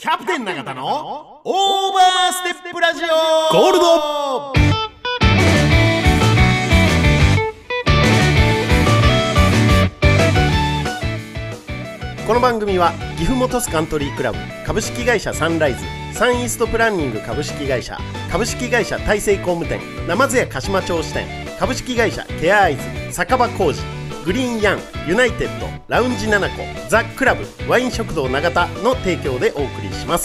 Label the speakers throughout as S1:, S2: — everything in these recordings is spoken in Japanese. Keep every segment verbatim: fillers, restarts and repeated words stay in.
S1: キャプテン永田のオーバーステップラジオゴールド。この番組は岐阜本スカントリークラブ株式会社サンライズ、サンイーストプランニング株式会社、株式会社大成工務店、鯰屋鹿島町支店、株式会社ケアアイズ、酒場工事、グリーンヤン、ユナイテッド、ラウンジナナコ、ザ・クラブ、ワイン食堂永田の提供でお送りします。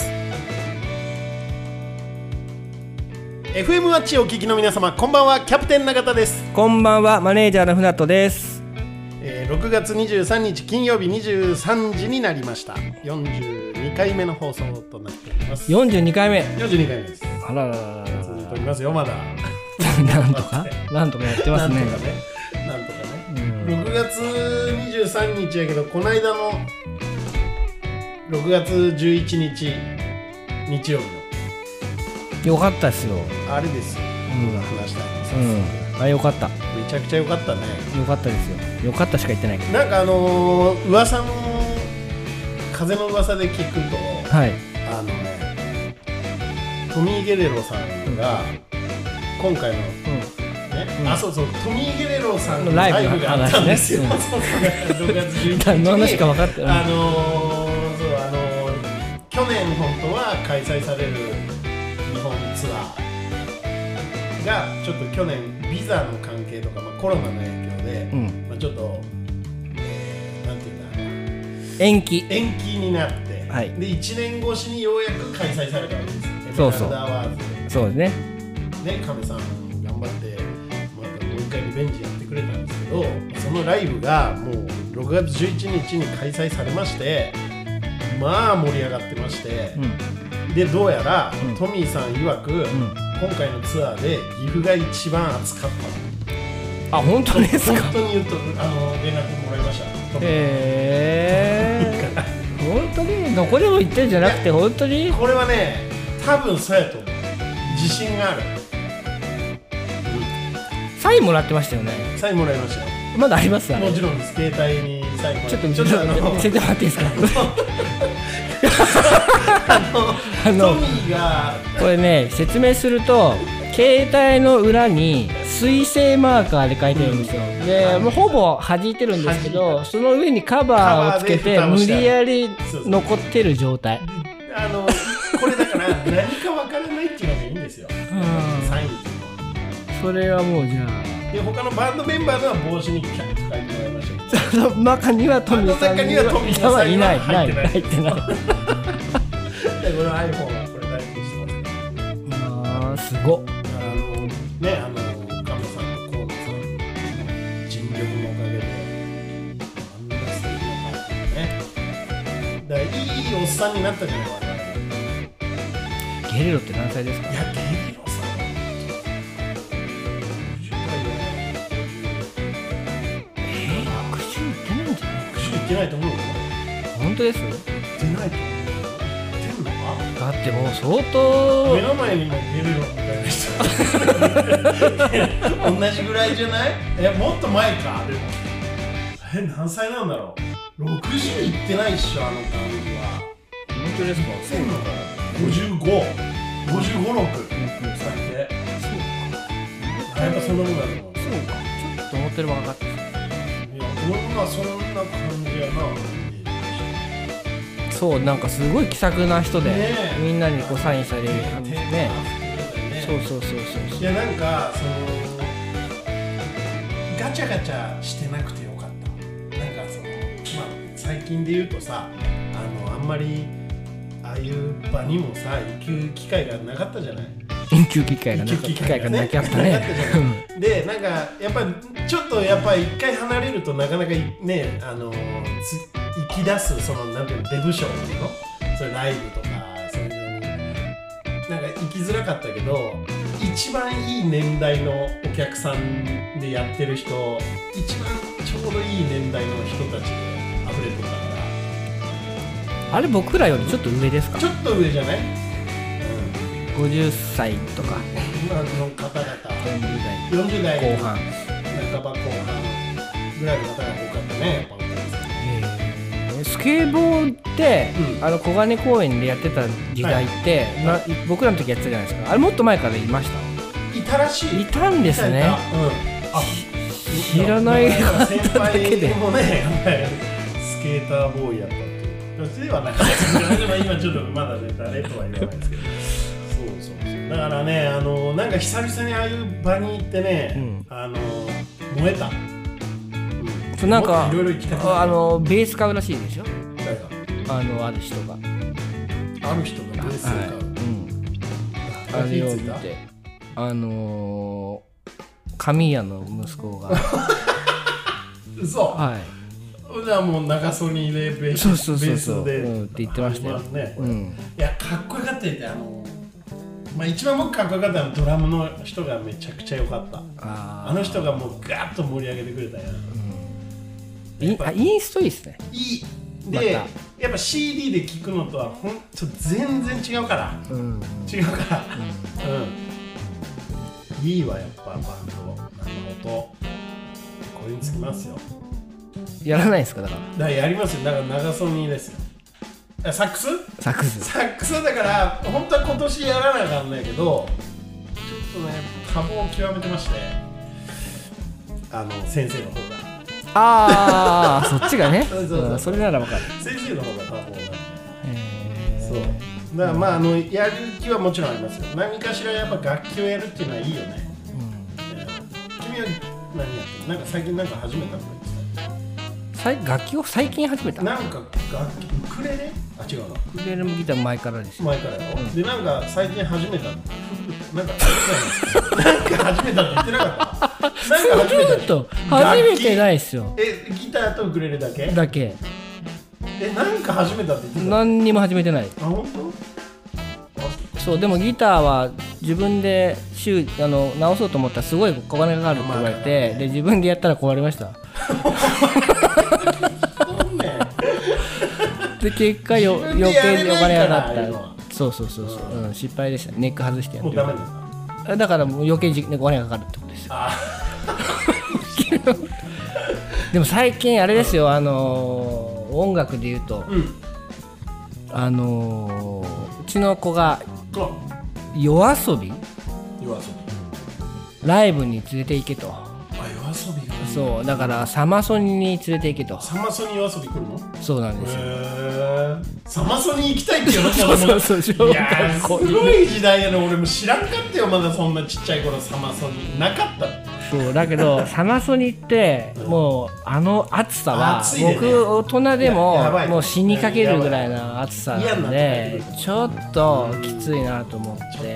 S1: エフエム ワッチをお聞きの皆様、こんばんは。キャプテン永田です。
S2: こんばんは。マネージャーの船戸です。
S1: えー、ろくがつにじゅうさんにち金曜日にじゅうさんじになりました。よんじゅうにかいめの放送となっております。
S2: よんじゅうにかいめ。
S1: よんじゅうにかいめです。
S2: あららららら。
S1: 続いておりますよ、まだ。
S2: なんとかなんとかやってますね。
S1: なんとかね。なんとかね。ろくがつにじゅうさんにちやけど、この間のろくがつじゅういちにち日曜日
S2: のよかったですよ。
S1: あれですよ、うん、話したんです、
S2: うん、あ、よかった。
S1: めちゃくちゃよかったね。
S2: よかったですよ。よかったしか言ってないけど、
S1: なんかあのー、噂の風の噂で聞くと、
S2: はい、
S1: あのね、トミー・ゲレロさんが今回の、うんうん、あ、そうそう、トミー・ゲレロさんのライブがあったんですよ。ろくがつじゅういちにちに
S2: 何の話か分かってる。
S1: あのー、そう、あのー、去年本当は開催される日本ツアーがちょっと去年ビザの関係とか、まあ、コロナの影響で、うん、まあ、ちょっと、えー、なんていうんだ、
S2: 延期
S1: 延期になって、はい、でいちねんごしにようやく開催されたわけです。
S2: そうそう、
S1: エメラルドアワーズ、
S2: そうですね。
S1: ね、亀さん頑張ってまたもう一回リベンジやってくれたんですけど、そのライブがもうろくがつじゅういちにちに開催されまして、まあ盛り上がってまして、うん、でどうやら、うん、トミーさん曰く、うん、今回のツアーで岐阜が一番暑かった。
S2: あ、本当ですか。
S1: 本当に言うと、あの連絡もらいました。
S2: へー本当にどこでも言ってるんじゃなくて、本当に
S1: これはね、多分そうやと思う。自信がある。
S2: サインもらってましたよね。
S1: サインもらいましたよ。
S2: まだあります？
S1: もちろんです。携帯にサインもらって。
S2: ちょっとちょっとあの見せてもらっていいですか？
S1: あのトミーが
S2: これね、説明すると携帯の裏に水性マーカーで書いてるんですよ、うん、でもうほぼ弾いてるんですけど、その上にカバーをつけて無理やり残ってる状態。
S1: あのこれだから何かわからないっていうのがいいんですよ、うん、サインっていうのは。
S2: それはもうじゃあ
S1: で、他のバンドメンバーのは帽子にキャッと書いてもらいましたけど、
S2: その中にはトミーさん
S1: の中にはトミーさん
S2: いないない入ってない。でこ
S1: の iPhone はこれ大事にしてます。
S2: あー、すごっ。
S1: あのね、あのカモさんと河野さんの尽力のおかげであんな素敵なパーティーね。だからいいおっさんになったじゃない。我々
S2: ゲレロって何歳ですか？
S1: いや、ゲレロさんはろくじゅう代だよ。
S2: えー、ろくじゅういってないんじゃない？
S1: ろくじゅういってないと思うよ。
S2: 本当です？
S1: いってないと思う。いってんのか？
S2: だってもう相当
S1: 目の前にもゲレロみたいな人同じぐらいじゃない？え、もっと前か。でもえ、何歳なんだろう。ろくじゅういってないっしょ、あの感じは。
S2: 本当ですか？
S1: そうなのかな。ごじゅうご、ごじゅうご、ろく最低。そうか。やっぱそんなもんだろう。
S2: そうか。ちょっと思ってるばっかり。
S1: いや、俺もそんな感じやな。
S2: そう、なんかすごい気さくな人で、
S1: ね、
S2: みんなにこうサインされる感じでね。
S1: ね、
S2: そうそうそうそう。
S1: いや、なんかそのガチャガチャしてなくてよかった。なんかその、まあ最近で言うとさ、あのあんまりああいう場にもさ、行く機会がなかったじゃない。
S2: 行く機会がなかった機会がなかったね。
S1: で、なんかやっぱりちょっとやっぱり一回離れるとなかなかね、あの行き出すそのなんていうの、デブショーっていうの、そういうライブとかそういうのになんか行きづらかったけど、一番いい年代のお客さんでやってる人、一番ちょうどいい年代の人たちで溢れてたから。
S2: あれ僕らよりちょっと上ですか？
S1: ちょっと上じゃない？
S2: ごじゅっさいとか
S1: 今の方々
S2: よんじゅうだい、
S1: よんじゅうだい
S2: 後半、
S1: 半ば後半ぐらいの方が多かったね。やっぱ
S2: ケボーって、
S1: うん、
S2: あの小金公園でやってた時代って、はい、な僕らの時やってたじゃないですか。あれもっと前からいました？
S1: いたらしい。
S2: いたんですね。
S1: うん、あ、
S2: 知らない
S1: が先輩もね、やっぱりスケーターボーイやったっていう。ではなかった今ちょっとまだね、誰とは言わないですけど。そうそうそう。だからね、あのなんか久々にああいう場に行ってね、うん、あの燃えた。
S2: うん、なんか
S1: いろいろ行きたか
S2: あのベース買うらしいでしょ。
S1: 誰が？
S2: あのある人が。
S1: ある人がベースを買う。はい、うん。
S2: あれを見て、あのー、神谷の息子が。
S1: 嘘。はい。じゃあもう長ソニーでベース、
S2: そうそうそうそう
S1: ベースで、
S2: うん、って言ってましたよ。
S1: ね、うん。いやかっこよかったよね。あのまあ一番僕かっこよかったのはドラムの人がめちゃくちゃ良かった。あ, あの人がもうガーッと盛り上げてくれたよ。
S2: うん、イ, あインストいいっすね。
S1: いい。で、やっぱ シーディー で聴くのとはほんと全然違うから、うん、違うから、うんうん、いいわやっぱバンド、あの音これにつきますよ。
S2: やらないですか？だからだ
S1: からやりますよ。だから長ソニーですよ。サックス？
S2: サックス
S1: サックスだから本当は今年やらなあかんないけど、ちょっとね多忙を極めてまして、あの先生の方が
S2: ああそっちがねそうそうそう、うん、それなら分かる。
S1: 先生の方が多忙なんで、そうだからまああのやる気はもちろんありますよ。何かしらやっぱ楽器をやるっていうのはいいよね、うん、君は何やってる？なんか最近なんか始めたの？
S2: 楽器を最近始めた？
S1: なんか楽器、ウクレレ？あ、違うな。
S2: ウクレレもギター前からですよ。
S1: 前からやろ、うん、で、なんか最近始めたなんかなんか始めたって言ってなかったなんか始めた
S2: と始めてないっすよ。
S1: え、ギターとウクレレだけ？
S2: だけ。
S1: え、なんか始めたって言ってた？
S2: 何にも始めてない。
S1: あ、本
S2: 当？そう、でもギターは自分で修あの直そうと思ったらすごい小金がかかるって言われて、で自分でやったら壊れましたで結果よ余計にお金がかかった。そうそうそうそう、うん、失敗でした。ネック外してやって。
S1: もうダメですか？
S2: だからもう余計にお金がかかるってことですよ。でも最近あれですよ、あのー、音楽で言うと、うん、あのー、うちの子が夜遊び
S1: 夜遊
S2: びライブに連れて行けと。
S1: あ、夜遊びが
S2: そうだからサマソニに連れて行けと。
S1: サマソニ夜遊び来るの？
S2: そうなんですよ。へ
S1: ー、サマソニ行きたいっていうの？
S2: そうそうそう。
S1: いやーすごい時代やの。俺も知らんかったよ、まだそんなちっちゃい頃サマソニなかった。
S2: そうだけどサマソニってもうあの暑さは僕大人でももう死にかけるぐらいの暑さなんでちょっときついなと思って。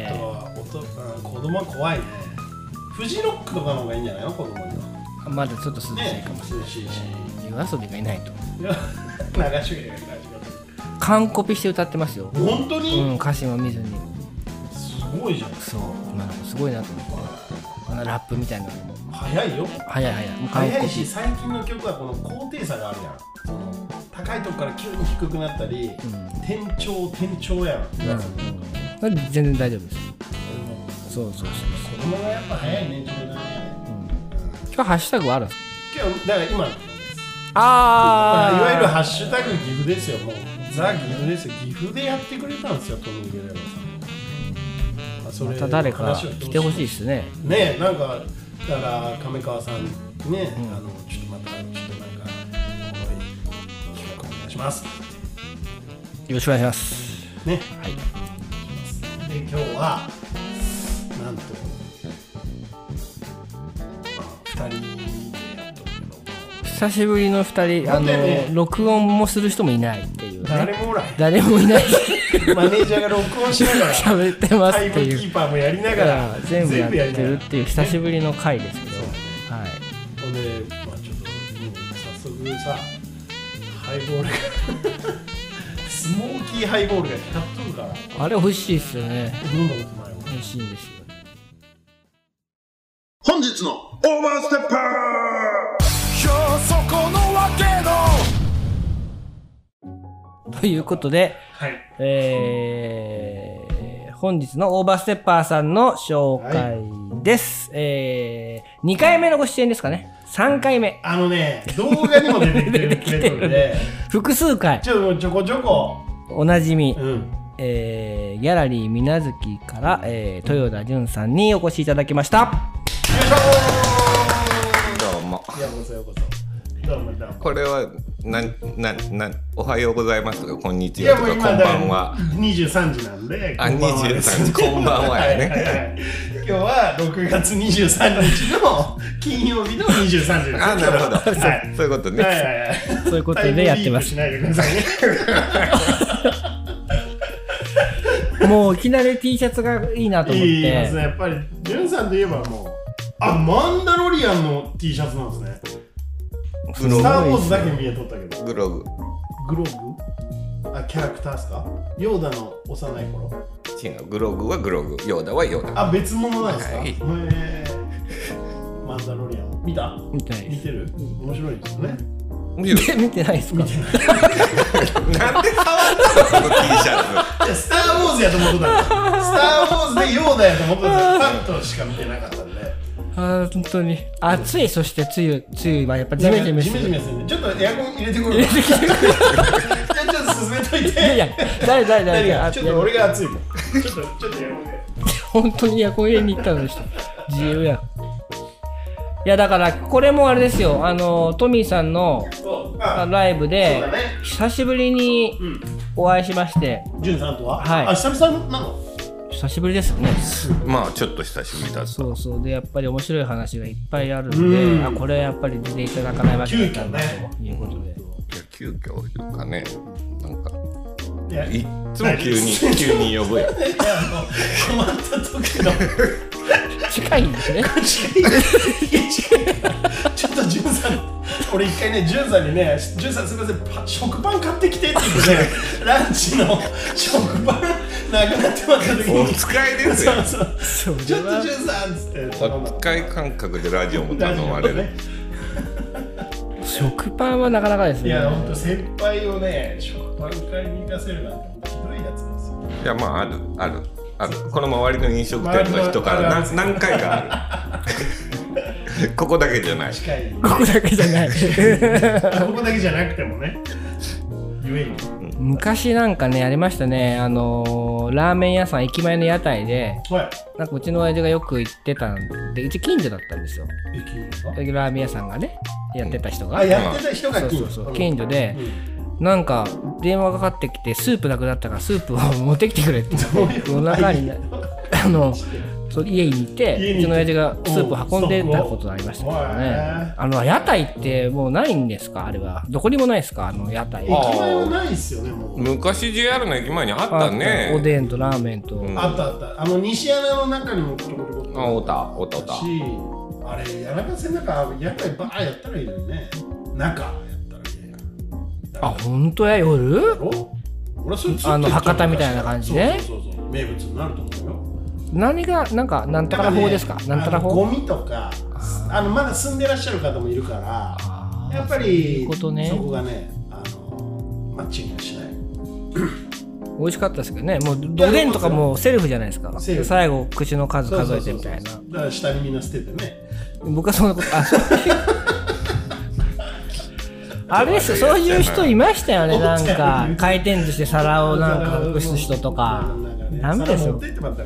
S1: ちょっと子供は怖いね。フジロックとかの方がいいんじゃないの？子供には
S2: まだちょっと涼しいかもしれないし、夜遊びがいないと。
S1: 流しがいがい
S2: 完コピして歌ってますよ。
S1: 本当に？
S2: うん、歌詞も見ずに。
S1: すごいじゃん。
S2: そう、まあ、すごいなと思って。ラップみたいなのも
S1: 早いよ。
S2: 早い早い。もう
S1: 早いし、最近の曲はこの高低差があるやん。その高いとこから急に低くなったり、うん、転調転調やん。
S2: うん、全然大丈夫です。そうそうそう。
S1: 子供がやっぱ早いね、自分だね。
S2: 今日ハッシュタグはあるんですか？
S1: 今日だから今
S2: ああ、
S1: いわゆるハッシュタグ岐阜ですよ。もうザ岐阜ですよ。岐阜でやってくれたんですよ、トミー・ゲレロさん。それ
S2: また誰か来てほしいですね。
S1: ねえ、なんかだから亀川さんね、うん、あのちょっとまたちょっとなんかおもろい企画お願いします。よ
S2: ろしくお願いします。
S1: ね、はい。で今日はなんとふたりでやっとるけど、
S2: 久しぶりのふたり、あの、ね、録音もする人もいないっていう、ね、
S1: 誰もおらん。
S2: 誰もいない。
S1: マネージャーが録音しながら
S2: 喋ってますっていう。
S1: タイムキーパーもやりながら
S2: 全部やってるっていう久しぶりの回ですけど、ね、はい。
S1: ほんで、まあちょっともう早速さ、ハイボールがスモーキーハイボールが光っとるから。
S2: あれ美味しいっすよね。
S1: 飲んだことないわ。
S2: 美味しいんですよ。
S1: 本日のオーバーステッパー。今日そこのわけ
S2: のということで、はい、えー、本日のオーバーステッパーさんの紹介です。はい、えー、にかいめのご出演ですかね。 さんかいめ。
S1: あのね、動画にも出てきてるくれてるんで
S2: 複数回
S1: ちょちょこちょこ
S2: おなじみ、
S1: うん
S2: えー、ギャラリーみなずきから、えー、豊田純さんにお越しいただきました。
S1: よいしょ
S3: どうも。
S1: ー。ようこそようこそ。どうもどうも。
S3: これはなななおはようございますとかこんにち
S1: いや
S3: はとかこん
S1: もう今だ
S3: ばんは。
S1: にじゅうさんじなんで、
S3: あ、にじゅうさんじこんばんはやね。
S1: はいはいはい、今日はろくがつにじゅうさんにちの金曜日のにじゅうさんじです。
S3: あ、なるほど。
S1: はい、
S3: そういうことね。
S1: はいはいはい。
S2: そういうことでやってます。
S1: タイムリープしないでくださいね。
S2: もういきなり T シャツがいいなと思って。
S1: いいですね。やっぱりジュンさんといえばもう、あ、マンダロリアンの T シャツなんですね。スター・ウォーズだけ見えとったけど。
S3: グログ。
S1: グログ？あ、キャラクターですか？ヨーダの幼い頃。
S3: 違う。グログはグログ。ヨーダはヨーダ。
S1: あ、別物なんですか？
S3: はい
S1: へー、マンダロリアン。見た？
S2: みたい
S1: 見てる？面白いですよね。
S3: 見る
S2: 見てないですか？
S1: 見てない。
S3: なんで変わったのこの T シャ
S1: いや、スター・ウォーズやと思ってたんですよ。スター・ウォーズでヨーダやと思ってたんですよ。パッとしか見てなかったんで。
S2: あー本当に暑い。そして梅雨梅雨はやっぱジメジメする。
S1: ジメジメするね。ちょっとエアコン入れてくる。じゃあちょっと進めといて。
S2: いやいや誰誰誰誰
S1: ちょっと俺が暑いもん。ちょっとちょっとエアコンで。
S2: 本当にエアコン入れに行ったの人自由や。いやだからこれもあれですよ、あのトミーさんの
S1: あ
S2: ライブで、
S1: そうだね、
S2: 久しぶりにお会いしまして、
S1: ジュンさんとは、
S2: はい、
S1: あ、久々なの？
S2: 久しぶりですよね。
S3: まあちょっと久しぶりだった。
S2: そうそうでやっぱり面白い話がいっぱいある
S1: うんん
S2: で、あこれやっぱり出ていただかないわけだったんだ
S1: 急遽ね
S2: ということで、
S3: いや急遽いうかね、なんか
S1: いや、
S3: いっつも急に急に呼ぶやん。
S1: いやあの困った時の
S2: 近いんですね。
S1: ちょっとジュンさん、俺一回ね、ジュンさんにね、ジュンさんすみません、パ食パン買ってきてって言ってね、ランチの食パンなくなってもらった時に、
S3: お使いですよ。
S1: そうそうちょっとジュンさんっつって
S3: お使い感覚でラジオも頼まれる。
S2: 食パンはなかなかですね。
S1: いや、ほんと先輩をね、食パン買いに行かせるなんてほんとひどいやつですよ。
S3: いやまああるあるある。この周りの飲食店の人からな何回かある。ここだけじゃない。
S1: 近い。
S2: ここだけじゃない。
S1: ここだけじゃなくてもね、ゆえに。
S2: 昔なんかねありましたね、あのー、ラーメン屋さん駅前の屋台で、
S1: はい。
S2: なんかうちの親父がよく行ってたんで、うち近所だったんですよ。
S1: 駅ですか？
S2: ラーメン屋さんがねやってた人が、
S1: あ、やってた人が
S2: そう
S1: 近所。
S2: そうそう近所で、
S1: うん、
S2: なんか電話がかかってきてスープなくなったからスープを持ってきてくれって
S1: どういう
S2: 夜中にねあのそう家にいて
S1: 家にいて
S2: うちの親父がスープを運んでたことがありましたけどね。あの屋台ってもうないんですか？あれはどこにもないですか？あの屋台
S1: 駅前はないっすよね、もう。
S3: 昔 ジェイアール の駅前にあったね。
S2: おでんとラーメンと、
S3: うん、
S1: あったあった。あの西穴の中にもちょこちょこ
S3: あ、おたおたおた
S1: し、あれやらかせなんか屋台バーやったらいいのにね。中やったらいいやん。
S2: あ、本当や夜？
S1: 俺はそれ
S2: あの博多みたいな感じね。
S1: そうそうそうそう、名物になると思うよ。
S2: 何がなんかなんとか法ですか？なんとか法？
S1: ゴミとか、あのまだ住んでらっしゃる方もいるから、やっぱり
S2: そういうことね、
S1: そこがね、あのマッチングしない。
S2: 美味しかったですけどね。もうおでんとかもセルフじゃないですか。で最後口の数数えてみたいな。
S1: だから下にみんな捨ててね。
S2: 僕はそんなことあそうあれですそういう人いましたよね。なんか回転寿司で皿をなんか隠す人とか。ダメですよ。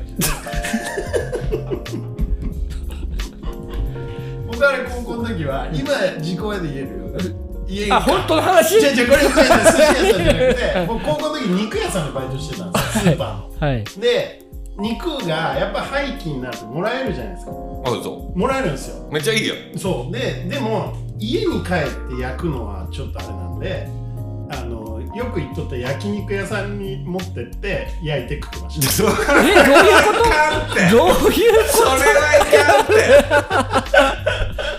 S1: 僕あれ高校の時は今時効屋で言えるよ。家
S2: あ、本当の話？
S1: じゃじゃこれ寿司屋さんじゃなくて、僕高校の時肉屋さんでバイトしてたんですよ、スーパーの。
S2: はい。
S1: で、肉がやっぱ廃棄になるともらえるじゃないですか。
S3: あ、そ
S1: もらえるんですよ。
S3: う。めっちゃいいよ。
S1: そうで、でも家に帰って焼くのはちょっとあれなんで、あのよく行っとった焼肉屋さんに持ってって焼いて食ってました。
S3: それ
S2: え、どういうこと？どういうこと？
S3: それはいかんって。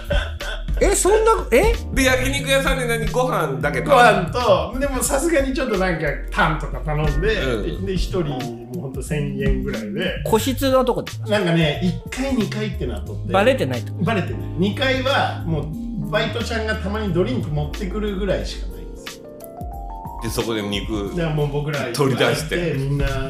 S2: え、そんなえ？
S3: で焼肉屋さんで何ご飯だけ
S1: ご飯と、でもさすがにちょっとなんかタンとか頼んで、
S3: うん、
S1: で一人もうほんとせんえんぐらいで。
S2: 個室のとこですか？
S1: なんかね、いっかいにかいってのはとって
S2: バレてないと。
S1: バレてない。にかいはもうバイトちゃんがたまにドリンク持ってくるぐらいしかないんですよ。
S3: でそこで肉
S1: でもう僕ら
S3: 取り出して
S1: みんな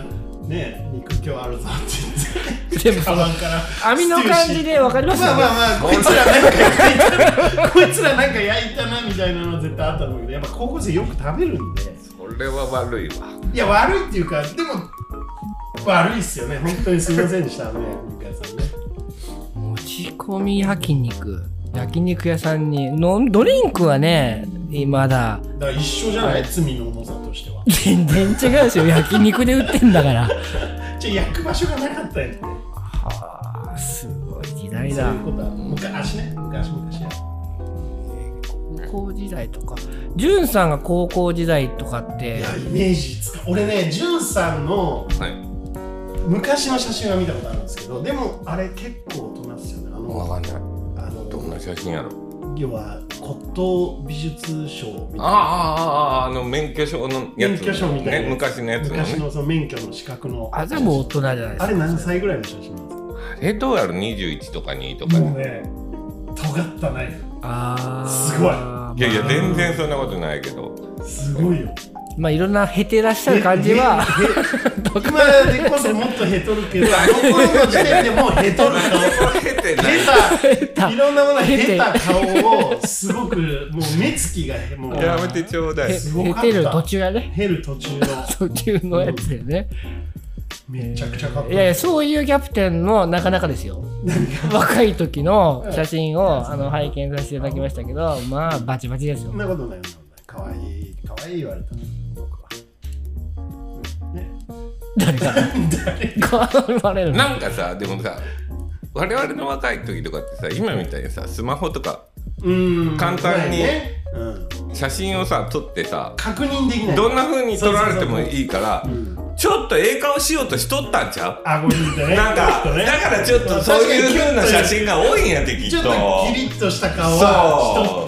S1: ね肉今日あるぞって言ってカバンから
S2: 網の感じで分かりますよね。
S1: まあまあまあこいつらなんか焼いたなこいつらなんか焼いたなみたいなの絶対あったんだけど、やっぱ高校生よく食べるんで。
S3: それは悪いわ。
S1: いや悪いっていうか、でも悪いっすよね。本当にすみませんでしたね、肉屋さんね。
S2: 持ち込み焼肉、焼肉屋さんにのドリンクはね、まだ
S1: だから一緒じゃない、罪の重さとしては。
S2: 全然違うですよ。焼肉で売ってんだから。
S1: じゃあ焼く場所がなかったんやって。
S2: はあ、すごい時代だ。
S1: そういうことは昔ね、昔昔や。
S2: 高校時代とか、ジュンさんが高校時代とかって。
S1: いやイメージつか。俺ね、ジュンさんの昔の写真は見たことあるんですけど、でもあれ結構大人ですよね。あの
S3: わかんない。
S1: あの
S3: どんな写真やろ。
S1: 要は骨董美術賞みたいな。
S3: あああああの免許証のやつ、
S1: 免許証みたいな、
S3: ね、昔のやつのね。
S1: 昔のその免許の資格の。
S2: あ、でも大人じゃないですか。
S1: あれ何歳ぐらいの写真なんですか。
S3: あれどうやろ、にじゅういちとかにとか。
S1: もうね、尖ったナイフ。
S2: ああ。
S1: すごい。
S3: いやいや全然そんなことないけど。
S1: すごいよ。
S2: まあいろんなへてらっしゃる感じは
S1: 今でこそもっとへとるけど、あの頃の時点でもうへとる顔、
S3: へてない
S1: へたいろんなものへた顔をすごくもう目つきがもう
S3: やめてちょうだい。
S2: へてる途中やね。
S1: へる途中の
S2: 途中のやつだよね。
S1: めちゃくちゃかっこいい。
S2: いやいや、そういうキャプテンのなかなかですよ。若い時の写真をあの拝見させていただきましたけど、まあバチバチですよ。
S1: そんなことない。かわいいかわいい言われたの僕は。ね。誰か言われる。
S3: なんかさ、でもさ、我々の若い時とかってさ、今みたいにさスマホとか簡単に写真をさ撮ってさ、
S1: 確認できない。
S3: どんな風に撮られてもいいから。ちょっとええ顔しようとしとったんちゃう？
S1: あ、ごめんね。
S3: なんか、ね、だからちょっとそういう風な写真が多いんやってきっと。
S1: ちょっとキリッとした顔はしとった。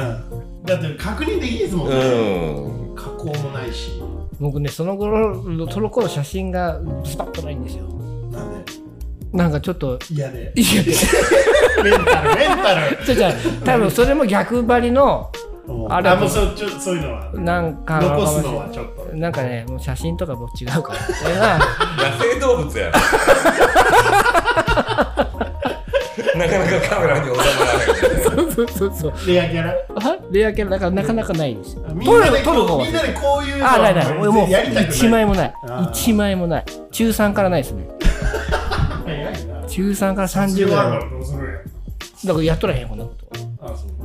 S1: うん。だって確認できないですもんね。うん。加工もないし。
S2: 僕ね、その頃その頃写真がスパッとないんですよ。
S1: なんで？
S2: なんかちょっと
S1: 嫌で。
S2: いや
S1: メンタルメンタル。
S2: じゃじゃ多分それも逆張りの。
S1: あれもそうちょそういうのは
S2: なんか
S1: 残すのはちょっと
S2: なんかね、もう写真とかも違うからそれ
S3: が野生動物やなかなかカメラに収まらない
S2: そうそうそうそう
S1: レアキャラ
S2: レアキャラだからなかなかないですよ。
S1: みんなでこうみんなでこういうの
S2: あないない俺もう
S1: やりたくない
S2: 一枚もない一枚もない中さんからないですね中さんからさんじゅうぐらいだからやっとらへんこんなことあそう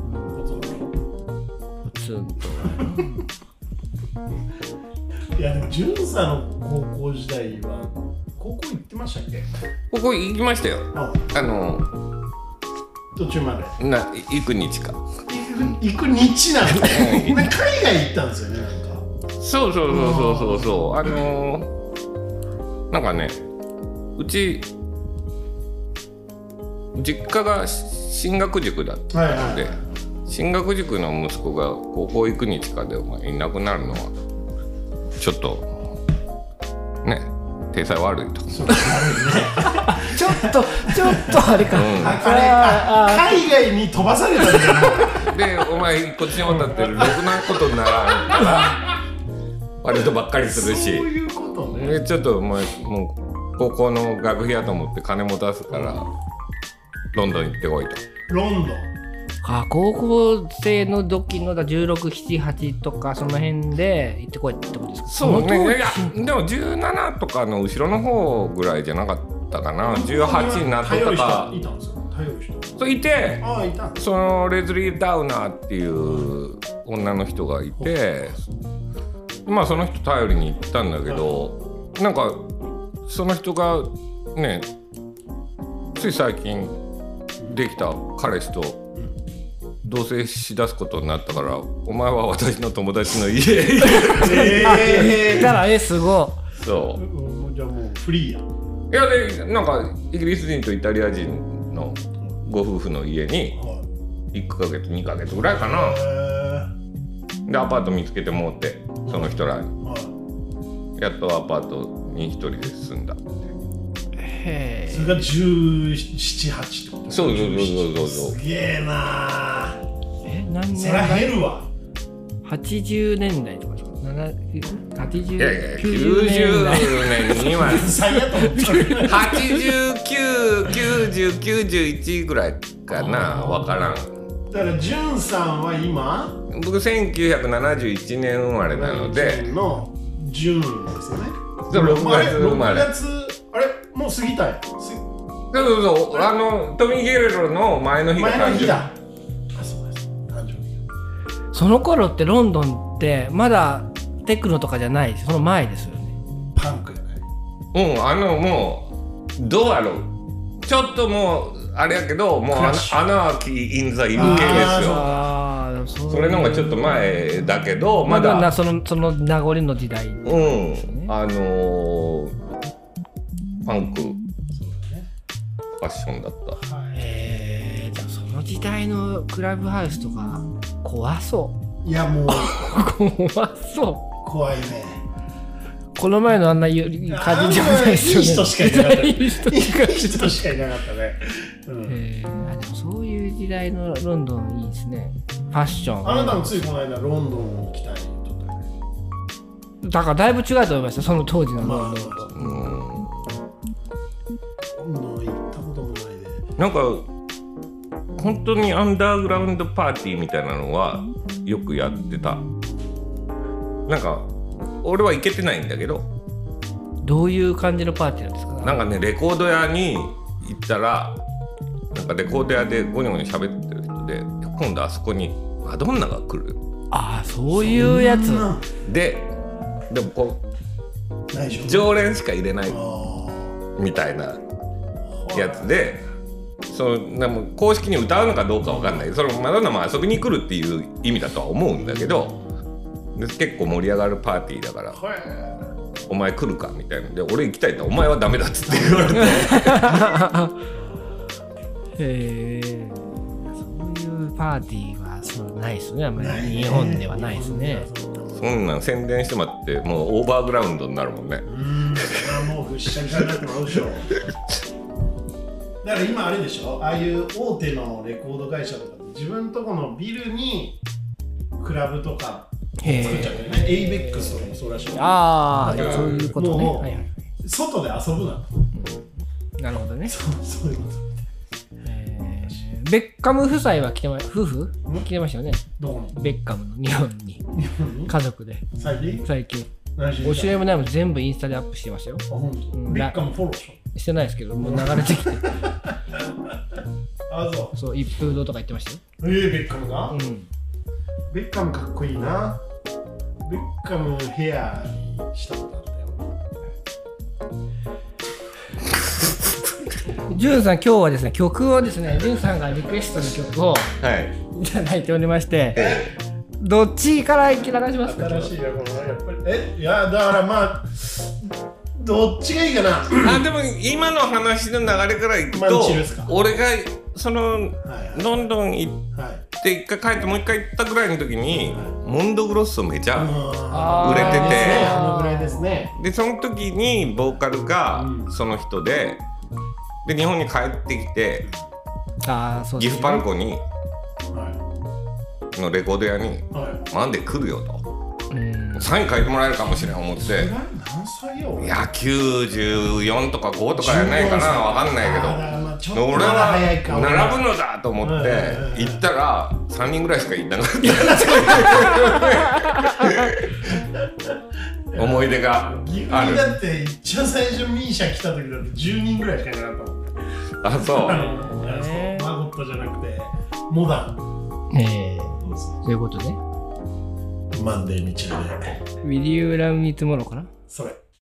S1: いやでもジュンさんの高校時代は高校行ってましたっけ？
S3: ここ行きましたよ。あ, あの
S1: 途中まで
S3: な行く日か
S1: 行く日なんですね。海外行ったんですよね。なんか
S3: そうそうそうそうそうそうあのー、なんかねうち実家が進学塾だったので、はいはいはい、進学塾の息子が高校行く日かでお前いなくなるのはちょっとね体裁悪いと
S2: ちょっとちょっとあれか、うん、
S1: ああ海外に飛ばされたんじゃない
S3: でお前こっちに渡ってるろくなことにならんから割とばっかりするし
S1: そういうことね
S3: でちょっとお前もう高校の学費やと思って金も出すからロンドン行ってこいと。
S1: ロンドン
S2: あ高校生の時のじゅうろく、なな、はちとかその辺で行ってこいってことですか？
S3: そうね。いやでもじゅうななとかの後ろの方ぐらいじゃなかったかな。じゅうはちになってたか
S1: いたんですか？頼る人
S3: そういて
S1: あいた
S3: そのレズリー・ダウナーっていう女の人がいてまあその人頼りに行ったんだけどなんかその人がねつい最近できた彼氏と同棲しだすことになったからお前は私の友達の家へ行って
S2: えー、だからえすご
S3: いそう
S1: じゃあもうフリーや
S3: いやでなんかイギリス人とイタリア人のご夫婦の家にいっかげつにかげつぐらいかなでアパート見つけてもってその人らにやっとアパートに一人で住んだって
S1: へそれがじゅうなな、はちってこと？
S3: そうそうそうそうそう
S1: すげえな
S2: え何年
S1: 代？そりゃ減るわ
S2: はちじゅうねんだいとかですか？ はちじゅう、
S3: いやいや
S2: きゅうじゅうねんだい
S3: きゅうじゅうねんには
S1: 最悪と思ってる
S3: はちじゅうきゅう、きゅうじゅう、きゅうじゅういちぐらいかな、わからん。
S1: だからジュンさんは今
S3: 僕せんきゅうひゃくななじゅういちねん生まれなので、
S1: のジュンですよね。
S3: ろくがつ生まれ。
S1: ろくがつあれもう過ぎたよ。
S3: そうそうそう、あのトミー・ゲレロの前の日が
S1: 前の
S3: 誕生日。
S1: 日だ。あ、そうです。誕生日。
S2: その頃ってロンドンってまだテクノとかじゃないその前ですよね。
S1: パンクやね。
S3: うん、あのもうどうやろう、ちょっともうあれやけど、もうアナーキー・イン・ザ・ユーケー ですよ。
S2: ああ、そ
S3: それの方がちょっと前だけど、まだ
S2: まだそのその名残の時代。
S3: うん、あのー、パンクファッションだった。
S2: へえ、じゃあその時代のクラブハウスとか怖そ
S1: いやもう
S2: う怖そう
S1: 怖いね。
S2: この前のあんな感じじゃないですよね。
S1: いい人しかいなかった。
S2: いい人しか
S1: いい人しかいなかったね。うん、
S2: へー、あでもそういう時代のロンドンいいですね。ファッション。
S1: あなたもついこの間ロンドンに行きたいと言ったよね。
S2: だからだいぶ違うと思いました、その当時のロンドンと。
S3: うん、
S1: ロンドン行ったこともないで。
S3: なんか本当にアンダーグラウンドパーティーみたいなのはよくやってた。なんか俺は行けてないんだけど、
S2: どういう感じのパーティーなんですか？
S3: なんかね、レコード屋に行ったら、なんかレコード屋でゴニョゴニョ喋ってる人で、今度あそこにマドンナが来る。
S2: ああ、そういうやつ
S3: で、でもこう
S1: ないでしょ
S3: 常連しか入れない
S1: あ
S3: みたいなやつで、そのでも公式に歌うのかどうかわかんない。そのマドンナも遊びに来るっていう意味だとは思うんだけど、で結構盛り上がるパーティーだから、お前来るかみたいなで、俺行きたいって、お前はダメだっつって言われて
S2: へえ、そういうパーティーはそうないですね。あんまり日本ではないですね。
S3: そんなん宣伝してもらってもうオーバーグラウンドになるもんね。
S1: うん、もうぐっしゃぐしゃになってまうでしょ。だから今あれでしょ、ああいう大手のレコード会社とか自分とこのビルにクラブとか作っちゃうよね。エイベックスとかもそうらしい。
S2: ああ、そういうことね。
S1: もう
S2: はいはい、
S1: 外で遊ぶな。
S2: なるほどね。
S1: そう、そういうこと。
S2: えー、ベッカム夫妻は来てま夫婦来てましたよね。
S1: どこに？
S2: ベッカムの日本に
S1: 日本に
S2: 家族で
S1: 最近？
S2: 最近
S1: 何しに
S2: お知り合いもないも全部インスタでアップしてましたよ。
S1: あ、ほんと。
S2: うん
S1: ベッカムフォローし
S2: してないですけど、もう流れてきて
S1: あ、そう。
S2: そう、一風堂とか言ってましたよ。
S1: えー、ベッカムが、
S2: うん、
S1: ベッカムかっこいいな。ベッカムヘアにしたことあったよ。
S2: ジュンさん、今日はですね、曲をですね、ジュンさんがリクエストの曲を
S3: はい
S2: いただいておりまして、どっちからいき流しますか？
S1: 新しいな、このやっぱり。え、いや、だからまあ、どっちがいいかな。
S3: あ、でも今の話の流れからいく
S1: マン
S3: と
S1: チですか、
S3: 俺がその、
S1: はいはい、
S3: ロンドン行っ
S1: はい。
S3: て一回帰ってもう一回行ったぐらいの時に、モンドグロッソめちゃ
S1: あ
S3: 売れてて、
S1: あのぐらいですね。
S3: でその時にボーカルがその人で、で日本に帰ってきて、
S2: あー、そうですね、
S3: 岐阜パルコに
S1: は
S3: のレコード屋に
S1: い。はい。
S3: マンデー来るよと、
S2: うん、
S3: サイン書いてもらえるかもしれん思って、
S1: 何歳よ。
S3: いやきゅうじゅうよんとかごとかやないかな、わかんないけど、
S1: あーだからまあちょっとま
S3: 俺
S1: だ早いか
S3: は並ぶのだと思って
S1: うんうんうん
S3: 行ったらさんにんぐらいしかいなかった思い出が
S1: 岐阜
S3: ある。
S1: にだって一番最初ミーシャ来た時だってじゅうにんぐらいしかいなかったもん。
S3: あ、そう
S1: あのそうマゴットじゃなくてモダン。
S2: えー、そういうことね。
S1: マンデーミチルで。
S2: ウィリューラムミーツモロかな。
S1: それ。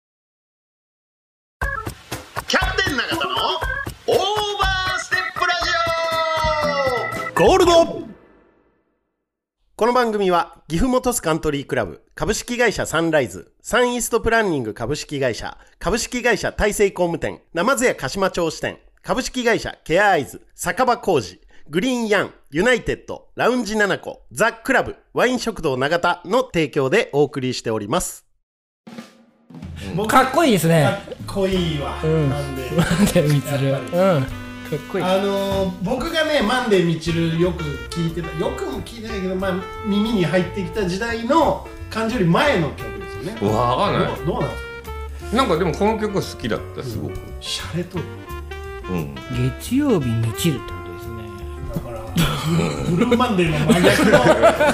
S4: キャプテン永田のオーバーステップラジオ
S1: ゴールド。この番組は岐阜本スカントリークラブ株式会社サンライズ、サンイーストプランニング株式会社、株式会社大成工務店、生津屋鹿島町支店、株式会社ケアアイズ、酒場工事、グリーンヤン、ユナイテッド、ラウンジナナコ、ザ・クラブ、ワイン食堂永田の提供でお送りしております。
S2: かっこいいですね。
S1: かっこいいわ。
S2: うん、
S1: マンデー
S2: マンデーミツル、うん、かっこいい。
S1: あのー、僕がねマンデーミチルよく聞いてた、よくも聞いてないけど、まあ、耳に入ってきた時代の感じより前の曲ですよね。
S3: わかんない。
S1: どうなんですか。
S3: なんかでもこの曲好きだったすごく。
S1: シャレとる。
S3: うん。
S2: 月曜日満ちるってことですね。
S1: だからブルーマンデーの真逆の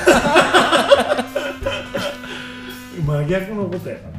S1: 真逆のことやから。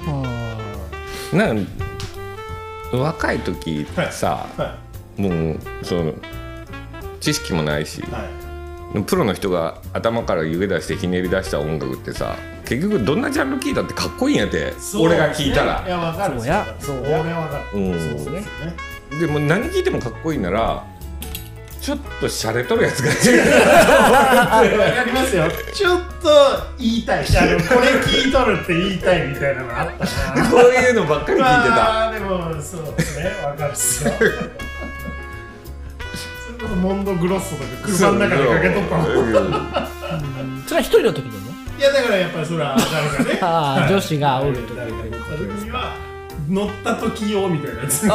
S3: なんか若い時さ、
S1: はいは
S3: もうその知識もないし、
S1: はい
S3: プロの人が頭から湯気出してひねり出した音楽ってさ、結局どんなジャンル聴いたってかっこいいんやって、俺が聴いたら。
S1: いやわかる。
S2: そうや
S1: そう俺はわかる。
S3: うん
S1: そうですね。
S3: でも何聴いてもかっこいいならちょっとシャレとるやつがいる。
S1: わかりますよ。ちょっと言いたいし、あのこれ聞いとるって言いたいみたいなのあったな。
S3: こういうのばっかり聞いてた。
S1: まあでもそうですね。わかるっすよ。それこそモンドグロッソとか車の中でかけとったの。
S2: それは一人の時でも
S1: いやだからやっぱりそれは誰かね。
S2: ああ女子がおる時
S1: 誰か乗った時には乗った時用みたいなやつ。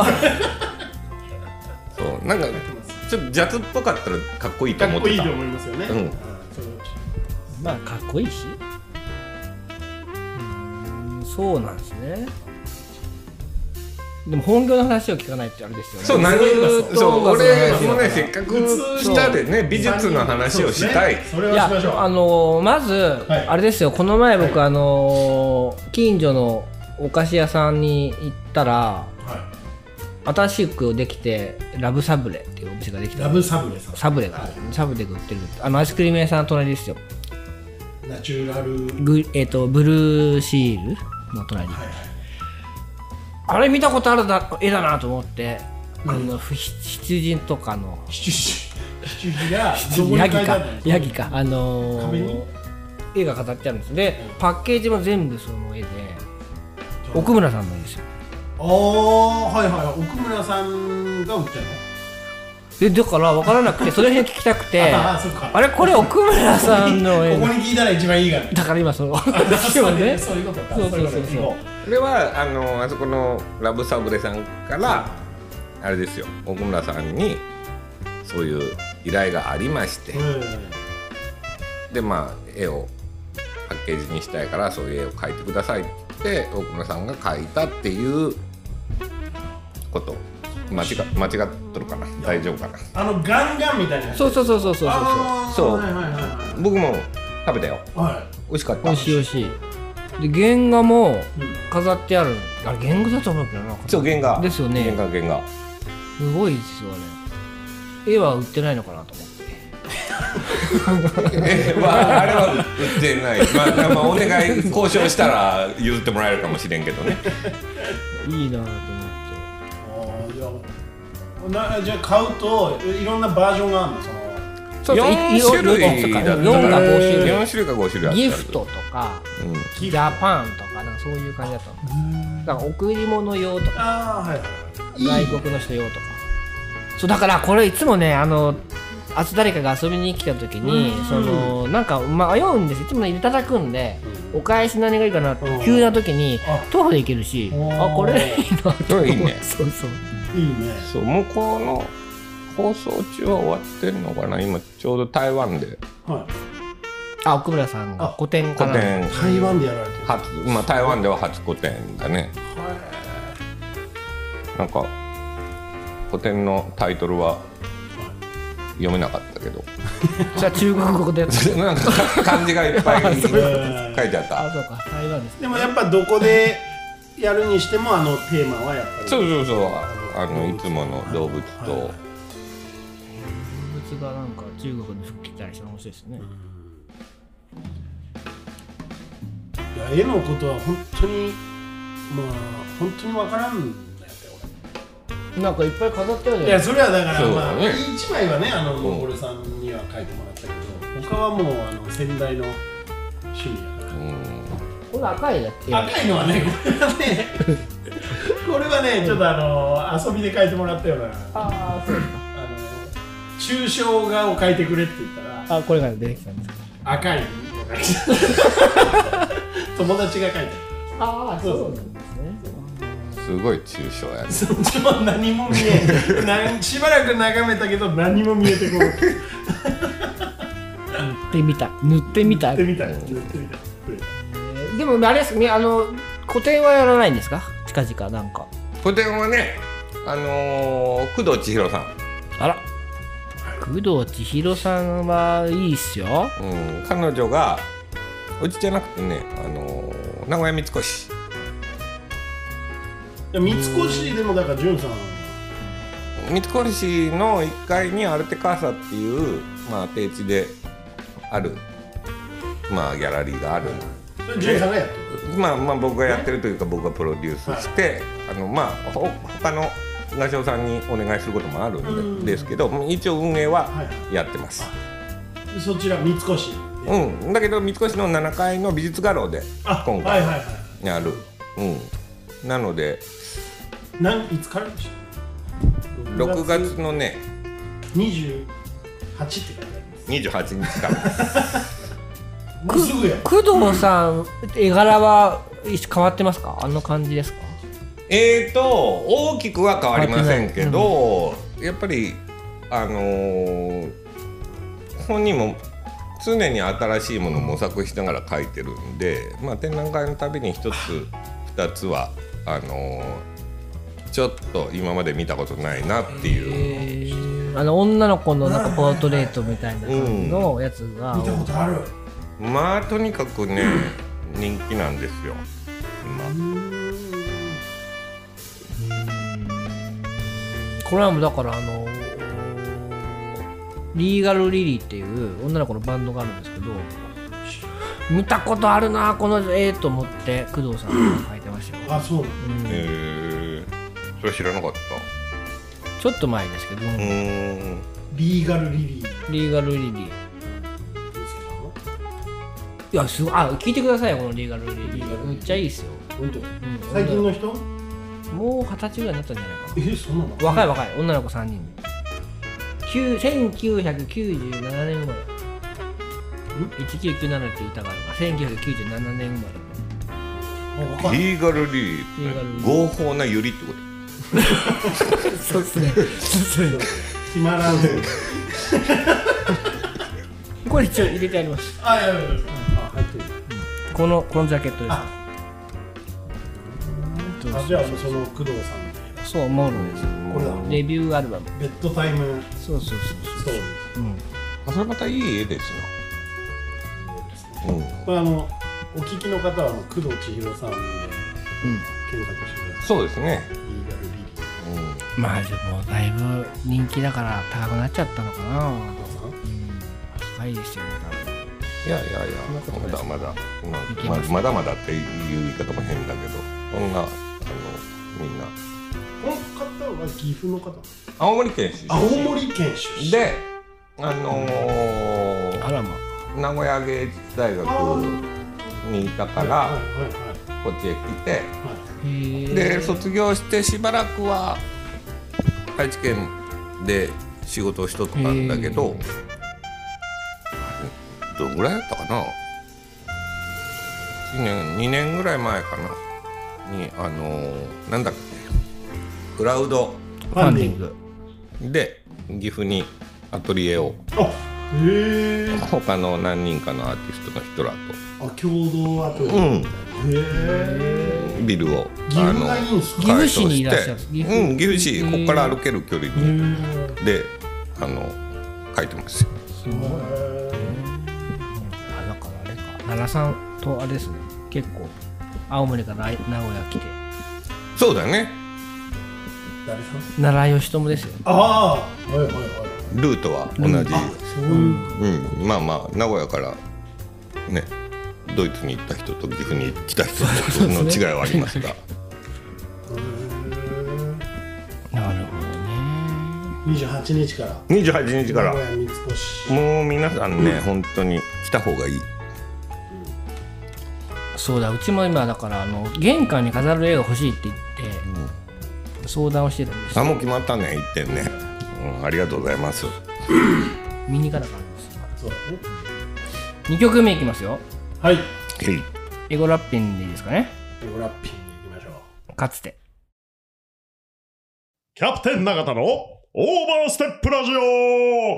S3: そうなんかちょっとジャズっぽかったらかっこいいと思ってた。
S1: かっこいいと思いますよね。
S3: うん
S1: うん
S2: まあかっこいいし、うんそうなんですね。でも本業の話を聞かないってあれですよね。
S3: そう何
S1: そう
S3: そう
S2: そう
S3: 俺
S2: そう
S3: もねせっかく下でね美術の話をしたい。
S1: それ
S2: いや
S1: はしましょう。
S2: あのー、まず、
S1: はい
S2: あれですよ、この前僕、
S1: はい
S2: あのー、近所のお菓子屋さんに行ったら
S1: は
S2: 新しくできてラブサブレっていうお店ができ
S1: い、
S2: た。
S1: ラブサブレさん。
S2: サブレが、
S1: はい
S2: サブレが売ってるあのアイスクリーム屋さんの隣ですよ。
S1: ナチュラル。
S2: グえっ、とブルーシールの隣に、
S1: はいはい。
S2: あれ見たことあるだ絵だなと思って、あのふ羊とかの
S1: 七時羊がどこに書
S2: ヤギか
S1: いてあるの？
S2: ヤギかあの
S1: 壁に
S2: ー、絵が飾ってあるんですでパッケージも全部その絵で奥村さんの絵ですよ。
S1: ああはいはい。奥村さんが売ってるの？
S2: でだから分からなくてその辺聞きたくて
S1: ああそっか。
S2: あれこれ奥村さんの絵
S1: ここに聞いたら一番いいがね。
S2: だから今その
S1: そう
S2: ね
S1: そういうことか。
S2: そうそうそうそう
S1: いことか
S3: これはあのあそこのラブサブレさんからあれですよ、奥村さんにそういう依頼がありまして、
S1: うん
S3: でまあ絵をパッケージにしたいからそういう絵を描いてくださいって奥村さんが描いたっていうこと間違間違っとるかな、大丈夫かな。
S1: あのガンガンみたいなやつ。
S2: そうそうそうそうそうそう
S1: あー
S3: そう
S1: はいはいはいは
S3: 僕も食べたよ、
S1: い。は
S3: 美味しかった。
S2: 美味しい美味しいで原画も
S1: い。うん
S2: 飾ってあるあれ原画だと思うけどな
S3: そう原画
S2: ですよね
S3: 原画原画
S2: すごいですよね。絵は売ってないのかなと思って
S3: え、まあ、あれは売ってない、まあ、まあお願い交渉したら譲ってもらえるかもしれんけどね。
S2: いいなと思って
S1: あーじゃあなじゃあ買うといろんなバージョンがあるのその
S2: そうそう
S3: よん種類だった
S2: よんかご種類
S3: よん種類かご種類あった
S2: ギフトとか
S3: うん
S2: ジャパンとかなんかそういう感じだったの。だから贈り物用とか
S1: ああはいはいはい。
S2: 外国の人用とかそうだからこれいつもねあのあつ誰かが遊びに来た時に
S1: うん
S2: そのなんか迷うんですいつもねいただくんでお返し何がいいかなって
S1: うん
S2: 急な時に
S1: あ
S2: 徒歩で行けるし
S1: おー
S2: あこれいいなと思う
S3: いいね
S2: そうそう
S1: いいね。
S3: そうもうこの放送中は終わってるのかな。今ちょうど台湾で
S1: はい。
S2: あ奥村さんが
S1: あ
S2: 個展かな
S3: 個展
S1: 台湾でやられてる。
S3: 初、まあ、台湾では初個展だね。なんか個展のタイトルは読めなかったけど
S2: じゃあ中国語でやって
S3: なんか漢字がいっぱい書いてあった
S2: あそうか台湾です
S1: でもやっぱどこでやるにしてもあのテーマはやっぱり。
S3: そうそうそうあのいつもの動物と、
S1: はい
S2: 動物がなんか中国に服着たりして面白いですね
S1: いや絵のことは本当にまあ本当にわからんんだよ俺。
S2: なんかいっぱい飾ってある
S1: い
S2: じゃない
S1: やそれはだから
S3: そう
S1: まあ
S3: ね
S1: 一枚はねあの
S3: うん
S1: のぼるさんには書いてもらったけど他はもうあの先代の趣味やから。
S3: うん
S2: これ赤いだっけ
S1: 赤いのはねこれはねこれはねちょっとあの遊びで書いてもらったような
S2: ああそうですか
S1: あの抽象画を描いてくれって言ったら
S2: あこれが出てきたんですか
S1: 赤いのが描いて友達が描いてる
S2: ああ
S1: そう
S2: なんですね
S3: すごい抽象やね。
S1: そっちも何も見えんなしばらく眺めたけど何も見えてこない
S2: 塗ってみた塗ってみた
S1: 塗ってみたい塗ってみたい
S2: もあれですみあの個展はやらないんですか近々なんか。
S3: 個展はねあのー、工藤千尋さん。
S2: あら工藤千尋さんはいいっすよ、
S3: うん、彼女がうちじゃなくてね、あのー、名古屋三越。
S1: いや三越でもだから潤さん
S3: 三越のいっかいにアルテカーサっていう、まあ、定地である、まあ、ギャラリーがある。
S1: それ潤さんがやってる。
S3: まあまあ僕がやってるというか僕がプロデュースして、はい、あのまあほ他の画商さんにお願いすることもあるんでですけど、一応運営はやってます。はい、
S1: そちら三越。
S3: うん。だけど三越のななかいの美術画廊で今回やる。うん。なので
S1: 何いつからでしょう。
S3: ろくがつのね
S1: にじゅうはちって書いてあります。
S3: にじゅうはちにちから
S1: もうすぐや。
S2: 工藤さん絵柄は変わってますか？あの感じですか？
S3: えーと大きくは変わりませんけど、うん、やっぱりあのー、本人も常に新しいものを模索しながら描いてるんで、まあ、展覧会のたびに一つ二つはあのー、ちょっと今まで見たことないなっていう、
S2: あの女の子のなんかポートレートみたいな感じのやつが、
S1: うん、見たことある。
S3: まあとにかくね人気なんですよ今。
S2: これはもうだからあのリーガルリリーっていう女の子のバンドがあるんですけど、見たことあるなこの絵と思って工藤さんが描いてましたよ。
S1: あ、そうなの。
S3: うん、へえ、それ知らなかった。
S2: ちょっと前ですけど、うん、
S1: リーガルリリー。
S2: リーガルリリー。いやすごい、あ、聞いてくださいよこのリーガルリリー。めっちゃいいっすよ。
S1: 本当。うん、最近の人？
S2: もう二十歳ぐらいになったんじゃないかな。
S1: え、そんなの？
S2: 若い若い女の子さんにんで。せんきゅうひゃくきゅうじゅうななねん生まれ。いちきゅうきゅうななって歌があるからせんきゅうひゃくきゅうじゅうななねん生ま
S3: れ。リーガルリリー、合法なユリってこと？
S2: そうっすね。
S1: 決まらん。
S2: これ一応入れてあります。
S1: あ、いやいやいや。あ、入ってる。
S2: このこのジャケットです。
S1: あ、じゃあその工藤さんで。
S2: そう、モールです。
S1: これだ。
S2: レビューアルバム。
S1: ベッドタイム。
S2: そうそうそう
S1: ストーリー。
S3: うん。あ、それまたいい絵です
S1: な。うん。これあのお聞きの方は工藤千尋さんで検索してください。
S3: そうですね。
S1: リーガルリリ
S2: ー。うん。まあでもだいぶ人気だから高くなっちゃったのかな。高いですよね。
S3: いやいやいや、まだまだ、まあ、まだまだっていう言い方も変だけど、そんなあのみんな。
S1: この方は岐阜の方？
S3: 青森県出身。
S1: 青森県出身。で、
S3: あのー、
S2: あらま、
S3: 名古屋芸術大学にいたからこっちへ来て、で卒業してしばらくは愛知県で仕事をしとったんだけど。どのぐらいだったかな、いちねんにねんぐらい前かなにあのー、なんだっけクラウド
S2: ファンディング
S3: で岐阜にアトリエを、
S1: あ、へえ、
S3: 他の何人かのアーティストの人らと、
S1: あ、共同アトリエ、うん、へえ、
S3: ビルを
S1: 岐阜がいいんすか？
S2: 岐阜市にいらっしゃる。
S3: うん、岐阜市、ここから歩ける距離にであの書いてますよ。
S2: すごい。奈良さんとあれですね、結構青森から名古屋来て。
S3: そうだね。
S1: 誰さ
S2: ん？奈良義朝ですよ。
S1: ああ、はいはいはい。
S3: ルートは同じ。そういう、うん、まあまあ名古屋からね、ドイツに行った人と岐阜に来た人との違いはありますが。
S2: なるほどね。
S1: にじゅうはちにちから。
S3: にじゅうはちにちから。
S1: 名古屋三越。
S3: もう皆さんね、うん、本当に来た方がいい。
S2: そうだ、うちも今だからあの玄関に飾る絵が欲しいって言って、うん、相談をしてるんです。
S3: あ、もう決まったね、一点ね、うん、ありがとうございます。
S2: 見に行かなかったんですよ。
S1: そうだね。
S2: にきょくめいきますよ。
S1: はい。
S2: エゴラッピンでいいですかね。
S1: エゴラッピンでいきましょう。
S2: かつて
S5: キャプテン永田のオーバーステップラジオ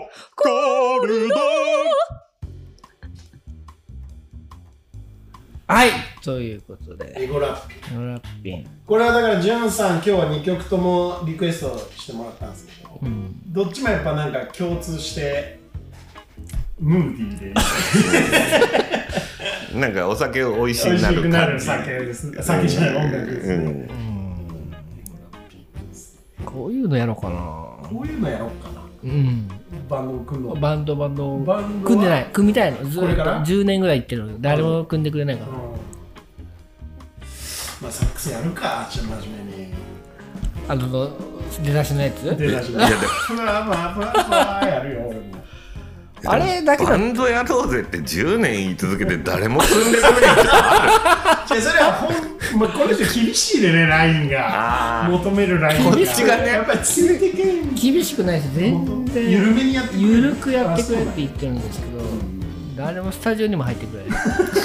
S5: ゴールド。
S2: はいということで
S1: エゴラッピン
S2: エゴラッピン
S1: これはだからジュンさん今日はにきょくともリクエストしてもらったんですけど、うん、どっちもやっぱなんか共通してムーディーで
S3: なんかお酒美味しく
S1: なる
S3: 感じ
S1: なる酒です酒じゃない音楽ですね、うんうん、
S2: こういうのやろうかな
S1: こういうのやろうかな
S2: うん
S1: バンド組むの
S2: バンドバンド
S1: バンド
S2: 組んでない組みたいのずっと
S1: これから
S2: じゅうねんぐらい行ってるの誰も組んでくれないから、うん、
S1: まあサックスやるかちょっと真面目に
S2: あの出だしのやつ
S1: 出だしのやつプラプラプラプラやるよ俺も
S2: あれだけ
S3: バンドやろうぜってじゅうねん言い続けて誰も組んでくれないってあ
S1: るそれはほん、まあ、これって厳しいでねラインが求めるラインが
S3: こっちがね
S1: やっぱりついてけん
S2: 厳しくないです全然
S1: 緩めにやってくれる
S2: 緩くやってくれって言ってるんですけど誰もスタジオにも入ってくれない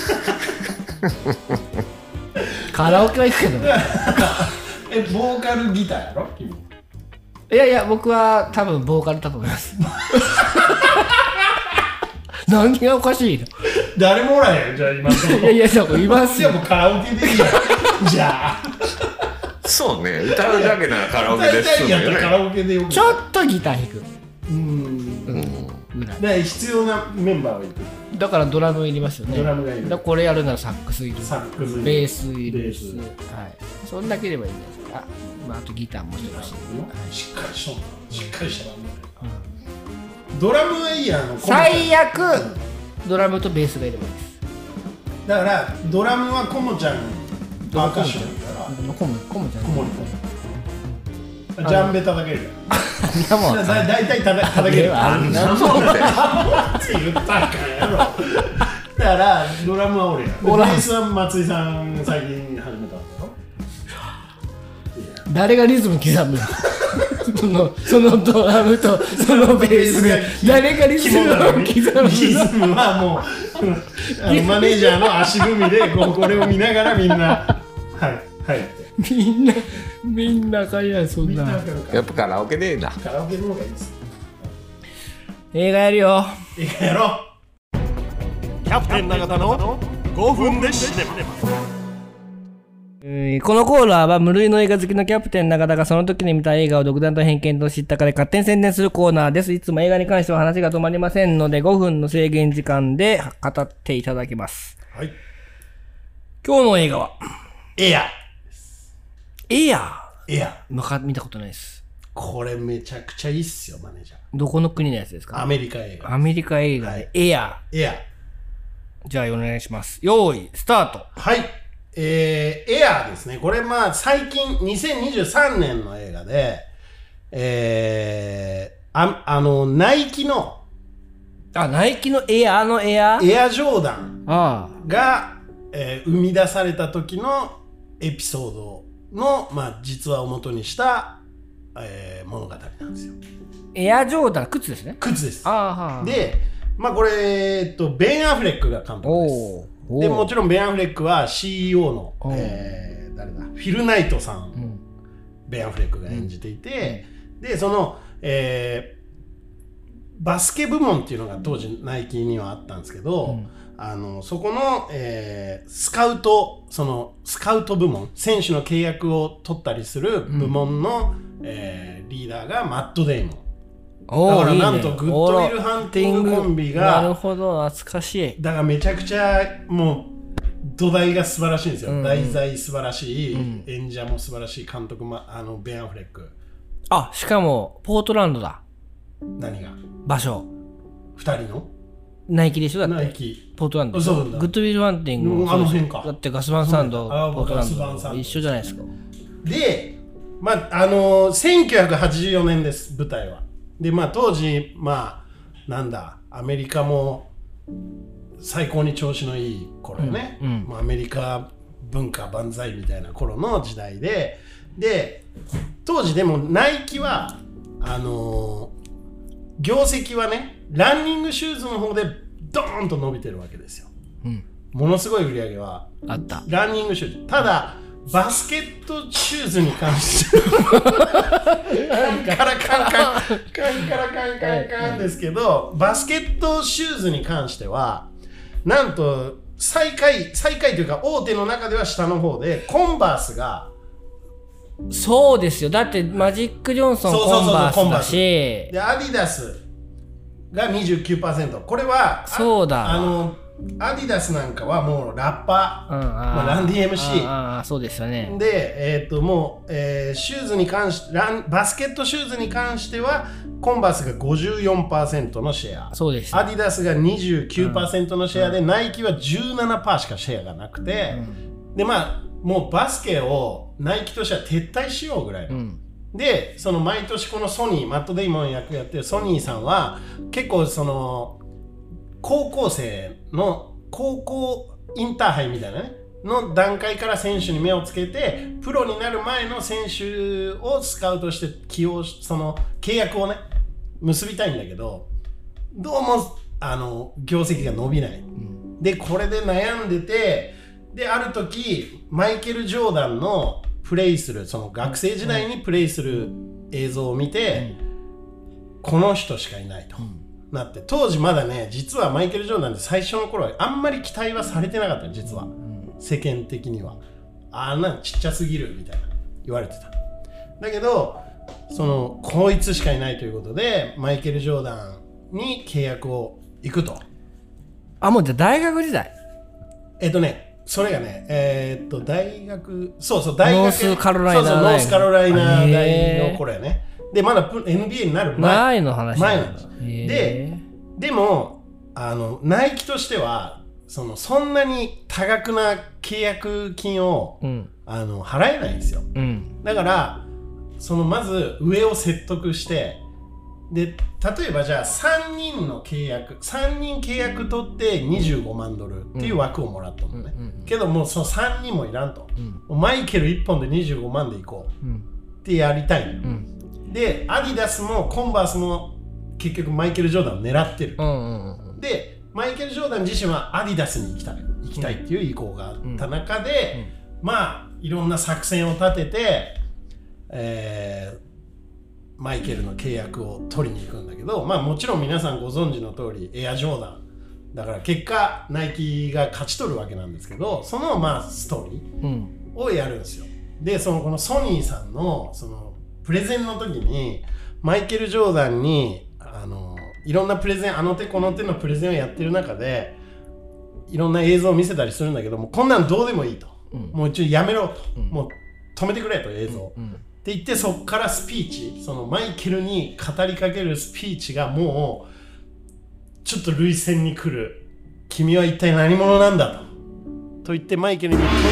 S2: カラオケは行くけどね
S1: えボーカルギターやろ君
S2: いやいや僕は多分ボーカルだと思います何がおかしいの
S1: 誰もおらへんじゃあ今のところ
S2: いやいやそういますよ
S1: もうカラオケでいいやじゃあ
S3: そうね歌うだけならカラオケです
S1: 歌いたいんやったらカラオケでよく
S2: ちょっとギター弾く
S1: うんうんだから必要なメンバーはいる
S2: だからドラムいりますよね
S1: ドラムがいる
S2: だこれやるならサックスいる
S1: サックス
S2: ベースいる
S1: ベース
S2: はいそんだければいいんですかあ、まあ、あとギターもしてほしい、
S1: うん、しっかりしとんしっかりしたバンド、うん、ドラムはいいやん
S2: 最悪ドラムとベースがいればいいです
S1: だからドラムはコモちゃんパーカッションだから
S2: コモコモちゃん
S1: コモリコモジャンベ叩ける
S2: いやもう
S1: だいたい叩ける
S2: あんなもん
S1: って言ったんかやろだからドラムは俺やベースは松井さん最近始めたんだろ
S2: 誰がリズム刻むのそのそのドラムとそのベースが誰がリズムを刻むのリズ
S1: ムはもうあのマネージャーの足踏みでこうこれを見ながらみんなはいはいって
S2: みんなみんなかりやそんな
S3: やっぱカラオケでいいな
S1: カラオケの方がいいです
S2: 映画やるよ
S1: 映画やろうキャプテン永田のごふんでシネマ
S2: このコーナーは無類の映画好きのキャプテン永田がその時に見た映画を独断と偏見と知ったかで勝手に宣伝するコーナーです。いつも映画に関しては話が止まりませんのでごふんの制限時間で語っていただきます。
S1: はい。
S2: 今日の映画は
S1: エア
S2: エア
S1: エア
S2: 見たことないです。
S1: これめちゃくちゃいいっすよマネージャー。
S2: どこの国のやつですか？
S1: アメリカ映画。
S2: アメリカ映画でエア
S1: エア
S2: じゃあお願いします。用意スタート。
S1: はい。えー、エアーですね。これまあ最近にせんにじゅうさんねんの映画で、えー、あ, あのナイキの
S2: あナイキのエアーのエアー
S1: エアジョーダン
S2: あ
S1: が、えー、生み出された時のエピソードの、まあ、実話を元にした、えー、物語なんですよ。
S2: エアジョーダン靴ですね。
S1: 靴です。
S2: あ
S1: で、まあこれ、えっと、ベン・アフレックが監督です。でもちろんベン・アフレックは シーイーオー の、えー、誰だフィル・ナイトさん、うん、ベン・アフレックが演じていて、うん、でその、えー、バスケ部門っていうのが当時ナイキにはあったんですけど、うん、あのそこの、えー、スカウトそのスカウト部門選手の契約を取ったりする部門の、うんえー、リーダーがマット・デイモン。だからなんとグッドウィルハンティングコンビが
S2: なるほど懐かしい。
S1: だからめちゃくちゃもう土台が素晴らしいんですよ、うんうん、題材素晴らしい、うん、演者も素晴らしい監督もあのベン・アフレック。
S2: あしかもポートランドだ。
S1: 何が
S2: 場所
S1: ふたりの
S2: ナイキでしょだって
S1: ナイキ
S2: ポートランド
S1: そうだ
S2: グッドウィルハンティングも
S1: あの辺か
S2: だってガスバンサンドポートランド一緒じゃないですか。
S1: でまああのー、せんきゅうひゃくはちじゅうよねんです舞台は。でまあ当時まあなんだアメリカも最高に調子のいい頃ね、うんうんまあ、アメリカ文化万歳みたいな頃の時代でで当時でもナイキはあのー、業績はねランニングシューズの方でドーンと伸びてるわけですよ、うん、ものすごい売り上げは
S2: あった
S1: ランニングシューズ。ただバスケットシューズに関してカンカラカンカンカンカラカンカンカンですけどバスケットシューズに関してはなんと最下位最下位というか大手の中では下の方でコンバースが
S2: そうですよ。だってマジック・ジョンソン
S1: そうそうそうそう
S2: コンバースだし、
S1: でアディダスが にじゅうきゅうパーセント。 これは
S2: そうだ、
S1: あのアディダスなんかはもうラッパー、
S2: うん、
S1: まあ、ランディ エムシー
S2: ああそうですよね。
S1: で、えー、ともう、えーシューズに関してランバスケットシューズに関してはコンバースが ごじゅうよんパーセント のシェア、
S2: そうです。
S1: アディダスが にじゅうきゅうパーセント のシェアで、うん、ナイキは じゅうななパーセント しかシェアがなくて、うん、でまあもうバスケをナイキとしては撤退しようぐらいの、うん、でその毎年このソニーマット・デイモン役やってるソニーさんは結構その高校生の高校インターハイみたいなねの段階から選手に目をつけてプロになる前の選手をスカウトして起用しその契約をね結びたいんだけどどうもあの業績が伸びない、うん、でこれで悩んでてである時マイケル・ジョーダンのプレイするその学生時代にプレイする映像を見て、うん、この人しかいないと、うんなって当時まだね実はマイケル・ジョーダンって最初の頃はあんまり期待はされてなかった実は、うん、世間的にはあんなちっちゃすぎるみたいな言われてただけどそのこいつしかいないということでマイケル・ジョーダンに契約を行くと
S2: あもうじゃあ大学時代
S1: えっとねそれがねえー、っと大学そうそう大学
S2: ノースカロライナ
S1: そうそうノースカロライナ大の頃やねでまだ エヌビーエー になる前
S2: 前の話
S1: 前なんです。で、でもあのナイキとしてはそのそんなに多額な契約金を、うん、あの払えないんですよ、うん、だからそのまず上を説得してで例えばじゃあさんにんの契約さんにん契約取ってにじゅうごまんドルっていう枠をもらったのね、うんうんうん、けどもうそのさんにんもいらんと、うん、マイケルいっぽんでにじゅうごまんでいこう、うん、ってやりたいのよ、うんで、アディダスもコンバースも結局マイケル・ジョーダンを狙ってる、うんうんうん、で、マイケル・ジョーダン自身はアディダスに行きたい行きたいっていう意向があった中で、うんうん、まあいろんな作戦を立てて、えー、マイケルの契約を取りに行くんだけどまあもちろん皆さんご存知の通りエア・ジョーダンだから結果ナイキが勝ち取るわけなんですけどそのまあストーリーをやるんですよ、うん、で、そのこのソニーさんのそのプレゼンの時にマイケル・ジョーダンにあのいろんなプレゼンあの手この手のプレゼンをやってる中でいろんな映像を見せたりするんだけどもこんなんどうでもいいと、うん、もう一応やめろと、うん、もう止めてくれと映像、うんうん、って言ってそっからスピーチそのマイケルに語りかけるスピーチがもうちょっと涙腺に来る君は一体何者なんだとと言ってマイケルにトントン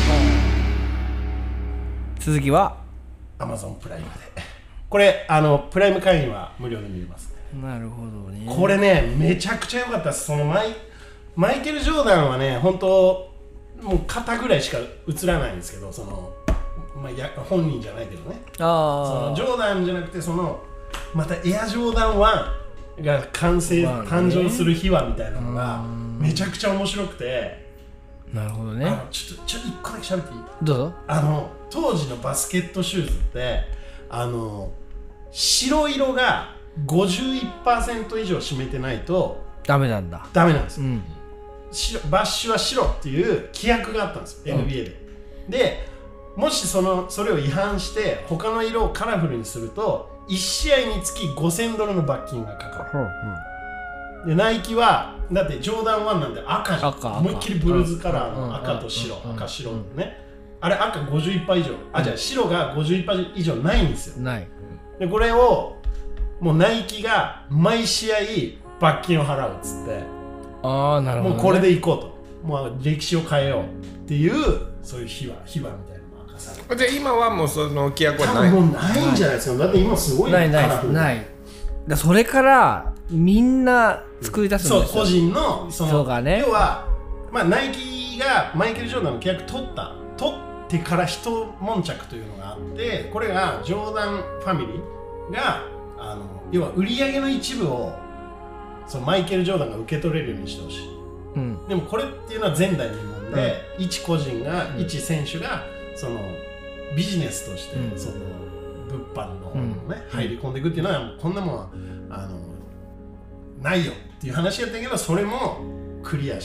S2: トン続きは
S1: Amazon プライムでこれあのプライム会員は無料で見れます、
S2: ね、なるほどね
S1: これねめちゃくちゃ良かったですそのマイマイケル・ジョーダンはね本当もう肩ぐらいしか映らないんですけどその、まあ、や本人じゃないけどねあそのジョーダンじゃなくてそのまたエアジョーダンワンが完成、まあね、誕生する秘話みたいなのがめちゃくちゃ面白くて
S2: なるほどね
S1: あのちょっとちょっと一個だけ喋っていい
S2: どうぞ
S1: あの当時のバスケットシューズってあの白色が ごじゅういちパーセント 以上占めてないと
S2: ダメなんだ
S1: ダメなんですよ、うん、白バッシュは白っていう規約があったんですよ、うん、エヌビーエー ででもしそのそれを違反して他の色をカラフルにするといち試合につきごせんドルの罰金がかかる、うんうん、でナイキはだってジョーダンワンなんで赤じゃん赤思いっきりブルーズカラーの赤と白、うん、赤白のね、うん、あれ赤ごじゅういちパーセント以上あじゃあ白がごじゅういちパーセント以上ないんですよ
S2: ない、
S1: でこれをもうナイキが毎試合罰金を払うっつって
S2: ああなるほど、ね、
S1: もうこれでいこうともう歴史を変えようっていうそういう秘話秘話みたいなのが明かされる。
S3: じゃあ今はもうその規約はない
S1: もうないんじゃないですか。だって今すごい
S2: ないないないだそれからみんな作り出すんですよ、
S1: そう個人のその
S2: そうか、ね、
S1: 要は、まあ、ナイキがマイケル・ジョーダンの契約取った取ってから一悶着というのがあってこれがジョーダンファミリーがあの要は売り上げの一部をそのマイケル・ジョーダンが受け取れるようにしてほしい、うん、でもこれっていうのは前代未聞で、うん、一個人が、うん、一選手がそのビジネスとして、うん、その物販の方にもね、うん、入り込んでいくっていうのはこんなもんはあのないよっていう話やったけどそれもクリアしていくんです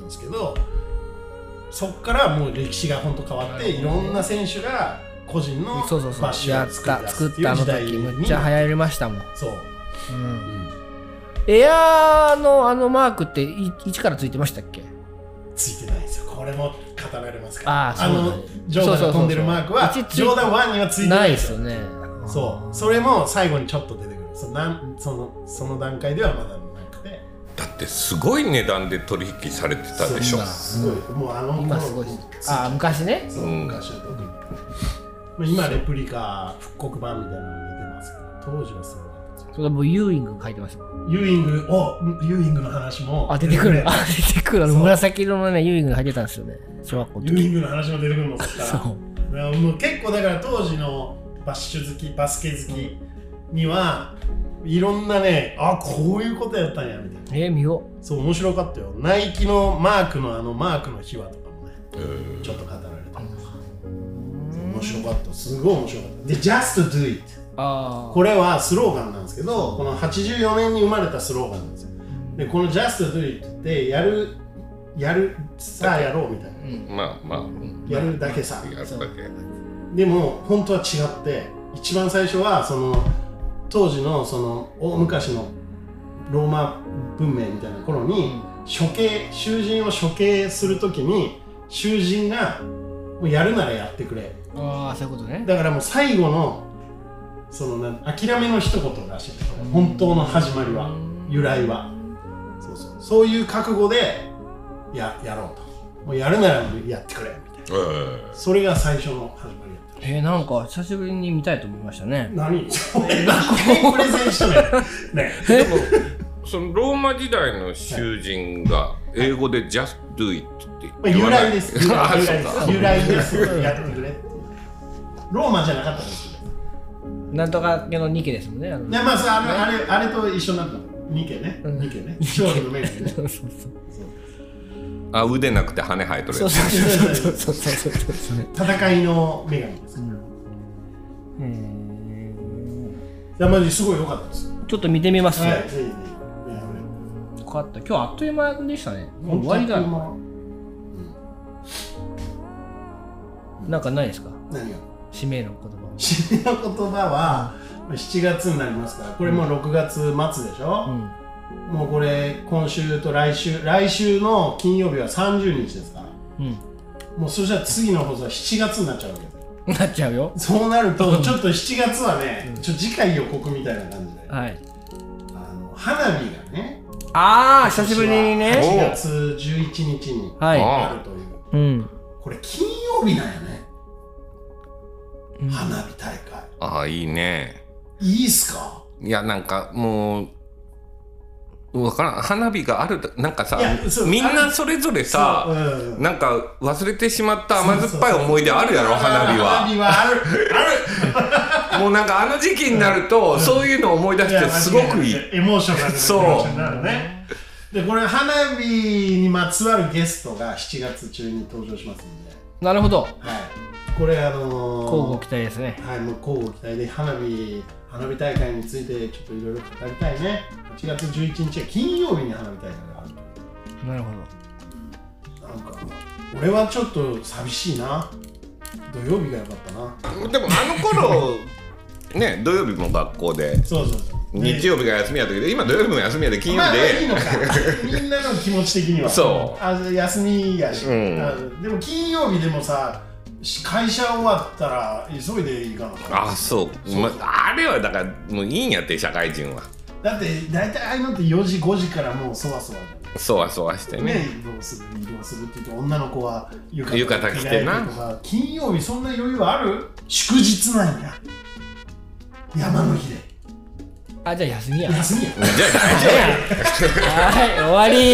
S1: ですけど、そっからもう歴史が本当変わって、いろんな選手が個人のバ
S2: そうそうそう
S1: ッシュを
S2: やった
S1: 作り出すっていう
S2: 作ったあの
S1: 時代に
S2: 時むっちゃ流行りましたもん。
S1: そう、
S2: うんエアーのあのマークってい一からついてましたっけ？
S1: ついてないんですよ。これも語られますから。
S2: あーそうなんだ
S1: のジョーダンが飛んでるマークは
S2: そうそうそう
S1: ジョーダンワンにはついてな
S2: ないい
S1: んでよ。
S2: ですすよね。
S1: そう、それも最後にちょっと出てくる。そのなんそのその段階ではまだなくて。
S3: だってすごい値段で取引されてたでしょ。
S1: そうすごい、もうあの頃
S2: 今すごいです。ああ昔ね。
S1: そう、昔は特に。まあ今レプリカ復刻版みたいなのが出てますけど、当時はすごい。
S2: それもうユーイング書いてます。
S1: ユーイングをユーイングの話も
S2: あ出てくる。あ出てくる。あの
S1: そう
S2: 紫色のねユーイングが入ってたんですよね。小学校の時。
S1: ユーイングの話も出てくるのそっから。
S2: そう
S1: いやもう結構だから当時のバッシュ好きバスケ好きにはいろんなね、あこういうことやったんやみたいな。
S2: えー、見よ
S1: そう面白かったよ。ナイキのマークのあのマークの秘話とかもね、ちょっと語られたりとか。面白かった。すごい面白かった。で Just Do It。
S2: う。あ
S1: これはスローガンなんですけど、このはちじゅうよねんに生まれたスローガンなんですよ。でこの Just Do It ってやるやるさあやろうみたいな。
S3: まあまあ
S1: やるだけさ。
S3: やるだけ。
S1: でも本当は違って一番最初はその当時のその大昔のローマ文明みたいな頃に処刑囚人を処刑するときに囚人がもうやるならやってくれ、
S2: ああそういうことね。
S1: だからもう最後のそのなん諦めの一言らしい、本当の始まりは由来はそうそうそういう覚悟でややろうと、もうやるならやってくれみたいな、それが最初の始まりやった。
S2: えー、なんか久しぶりに見たいと思いましたね。
S1: 何それ学校プレゼンしとねね
S3: でもそのローマ時代の囚人が英語で Just Do It って言
S1: 由
S3: わない。
S1: 来です由
S3: あ
S1: 来
S3: そう
S1: 由来
S3: か
S1: です由来ですやってくれっていうローマじゃなかったんですけど、
S2: なんとかのニケですもんね。あの
S1: いやまあさあのあれあれと一緒になったのニケね、
S2: うん
S1: ニケね勝利の女神ね
S2: そうそうそう。
S3: あ腕なくて羽生えとるやつ。
S2: そうそうそうそうそうそうそう。
S1: 戦いの女神です、
S2: うん。
S1: いやマジすごい良かったです。
S2: ちょっと見てみます。
S1: はい、
S2: よ
S1: ぜひぜひ。
S2: かった。今日あっという間でしたね。もう終わりだ。なんかないですか？
S1: 何が
S2: 締めの言葉。
S1: 締めの言葉はしちがつになりますから、これもうろくがつ末でしょ、
S2: うん。
S1: もうこれ今週と来週来週の金曜日はさんじゅうにちですから、
S2: うん。
S1: もうそしたら次の放送はしちがつになっちゃうわけです。
S2: なっちゃうよ。
S1: そうなるとちょっとしちがつはね、ちょ次回予告みたいな感じで、
S2: はい。
S1: あの花火がね、
S2: ああ久しぶりにね。
S1: はちがつじゅういちにちに
S2: はい。
S1: あるという、
S2: うん。
S1: これ金曜日なんやね、
S2: うん
S1: 花火大会。
S3: ああいいね。
S1: いいっすか？
S3: いやなんかもうわからん、花火があるなんかさ
S1: いやそう
S3: みんなそれぞれさ、
S1: そううん
S3: なんか忘れてしまった甘酸っぱい思い出あるやろ花火は。
S1: 花火はあるある
S3: もうなんかあの時期になると、そういうのを思い出してすごくいい。
S1: エモーショナルな気
S3: そう
S1: 持ちになるね。でこれ花火にまつわるゲストがしちがつ中に登場しますんで、
S2: なるほど。
S1: はい、これあのー、
S2: 交互期待ですね。
S1: はい、もう交互期待で花火花火大会についてちょっといろいろ語りたいね。はちがつじゅういちにちは金曜日に花火大会があると。
S2: なるほ
S1: なんか俺はちょっと寂しいな。土曜日が良かったな。
S3: でもあの頃ね土曜日も学校で
S1: そうそうそう。
S3: 日曜日が休みやったけど、今土曜日も休みやで金曜
S1: まあ
S3: 日で、
S1: いいのか。みんなの気持ち的には。
S3: そう
S1: あ休みやし、
S3: うん
S1: あでも金曜日でもさ、会社終わったら急いでいかなか
S3: あそう、まあれはだからもういいんやって社会人は
S1: だって大体ああいうのってよじごじからもうそわそわじゃん。
S3: そわそわしてね。
S1: ね、移動する移動するって言って女の子は浴衣
S3: 浴衣着てな
S1: 着替えとか金曜日そんな余裕ある？祝日なんや。山の日で
S2: ど。あじゃあ休みや。
S1: 休みや。
S3: じゃあ大丈
S2: はい終わり。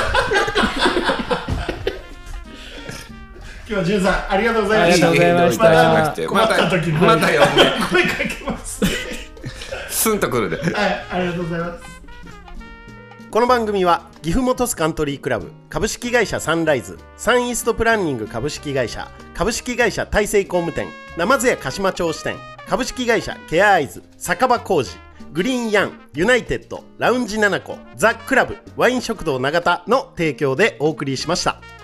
S1: 今日はじゅんさんありがとうございました。
S2: ありがとうございました
S3: どういたしまして
S1: 困った時に
S3: またまた呼んで
S1: 声かけます。
S3: スンとくるで。
S1: はい、ありがとうございます。この番組は岐阜本巣カントリークラブ株式会社サンライズ、サンイーストプランニング株式会社、株式会社大成工務店、ナマズ屋鹿島町支店、株式会社ケアアイズ、酒場工事、 グリーンヤン、ユナイテッド、ラウンジナナコ、ザ・クラブ、ワイン食堂永田の提供でお送りしました。